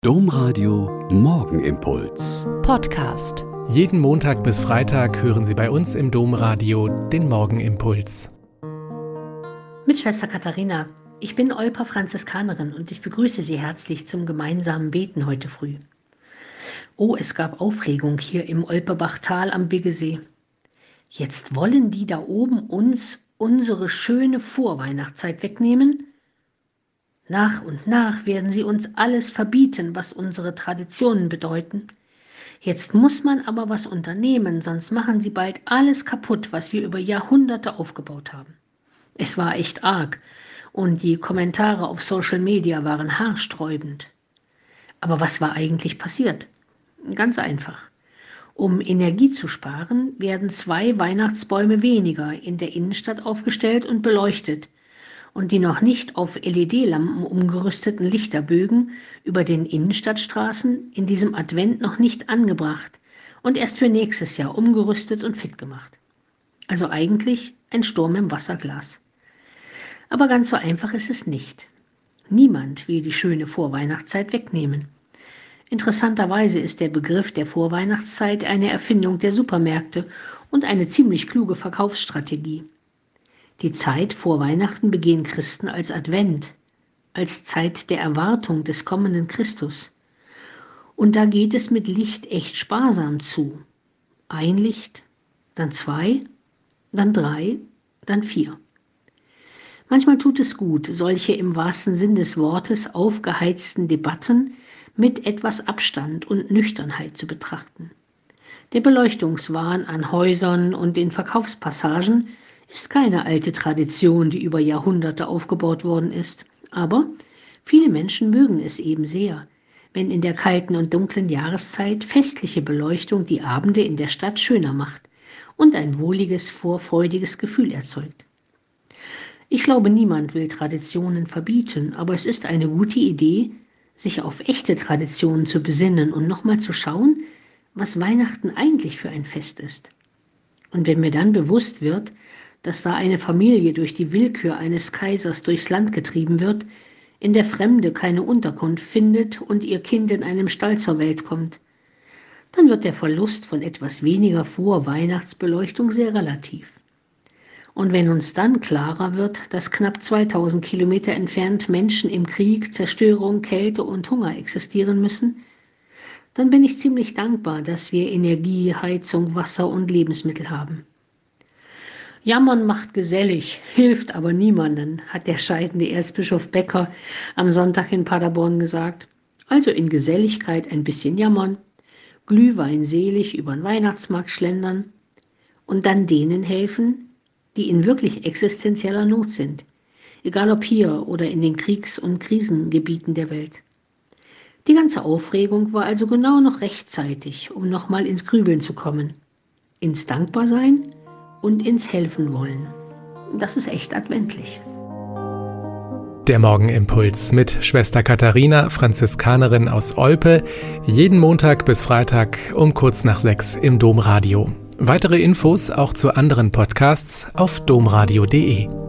Domradio Morgenimpuls. Podcast. Jeden Montag bis Freitag hören Sie bei uns im Domradio den Morgenimpuls. Mit Schwester Katharina. Ich bin Olper Franziskanerin und ich begrüße Sie herzlich zum gemeinsamen Beten heute früh. Oh, es gab Aufregung hier im Olperbachtal am Biggesee. Jetzt wollen die da oben uns unsere schöne Vorweihnachtszeit wegnehmen? Nach und nach werden sie uns alles verbieten, was unsere Traditionen bedeuten. Jetzt muss man aber was unternehmen, sonst machen sie bald alles kaputt, was wir über Jahrhunderte aufgebaut haben. Es war echt arg und die Kommentare auf Social Media waren haarsträubend. Aber was war eigentlich passiert? Ganz einfach. Um Energie zu sparen, werden 2 Weihnachtsbäume weniger in der Innenstadt aufgestellt und beleuchtet. Und die noch nicht auf LED-Lampen umgerüsteten Lichterbögen über den Innenstadtstraßen in diesem Advent noch nicht angebracht und erst für nächstes Jahr umgerüstet und fit gemacht. Also eigentlich ein Sturm im Wasserglas. Aber ganz so einfach ist es nicht. Niemand will die schöne Vorweihnachtszeit wegnehmen. Interessanterweise ist der Begriff der Vorweihnachtszeit eine Erfindung der Supermärkte und eine ziemlich kluge Verkaufsstrategie. Die Zeit vor Weihnachten begehen Christen als Advent, als Zeit der Erwartung des kommenden Christus. Und da geht es mit Licht echt sparsam zu. 1 Licht, dann 2, dann 3, dann 4. Manchmal tut es gut, solche im wahrsten Sinn des Wortes aufgeheizten Debatten mit etwas Abstand und Nüchternheit zu betrachten. Der Beleuchtungswahn an Häusern und in Verkaufspassagen ist keine alte Tradition, die über Jahrhunderte aufgebaut worden ist. Aber viele Menschen mögen es eben sehr, wenn in der kalten und dunklen Jahreszeit festliche Beleuchtung die Abende in der Stadt schöner macht und ein wohliges, vorfreudiges Gefühl erzeugt. Ich glaube, niemand will Traditionen verbieten, aber es ist eine gute Idee, sich auf echte Traditionen zu besinnen und nochmal zu schauen, was Weihnachten eigentlich für ein Fest ist. Und wenn mir dann bewusst wird, dass da eine Familie durch die Willkür eines Kaisers durchs Land getrieben wird, in der Fremde keine Unterkunft findet und ihr Kind in einem Stall zur Welt kommt, dann wird der Verlust von etwas weniger Vorweihnachtsbeleuchtung sehr relativ. Und wenn uns dann klarer wird, dass knapp 2000 Kilometer entfernt Menschen im Krieg, Zerstörung, Kälte und Hunger existieren müssen, dann bin ich ziemlich dankbar, dass wir Energie, Heizung, Wasser und Lebensmittel haben. Jammern macht gesellig, hilft aber niemanden, hat der scheidende Erzbischof Becker am Sonntag in Paderborn gesagt. Also in Geselligkeit ein bisschen jammern, Glühwein selig über den Weihnachtsmarkt schlendern und dann denen helfen, die in wirklich existenzieller Not sind, egal ob hier oder in den Kriegs- und Krisengebieten der Welt. Die ganze Aufregung war also genau noch rechtzeitig, um nochmal ins Grübeln zu kommen, ins Dankbarsein und ins Helfen wollen. Das ist echt adventlich. Der Morgenimpuls mit Schwester Katharina, Franziskanerin aus Olpe, jeden Montag bis Freitag um kurz nach 6 im Domradio. Weitere Infos auch zu anderen Podcasts auf domradio.de.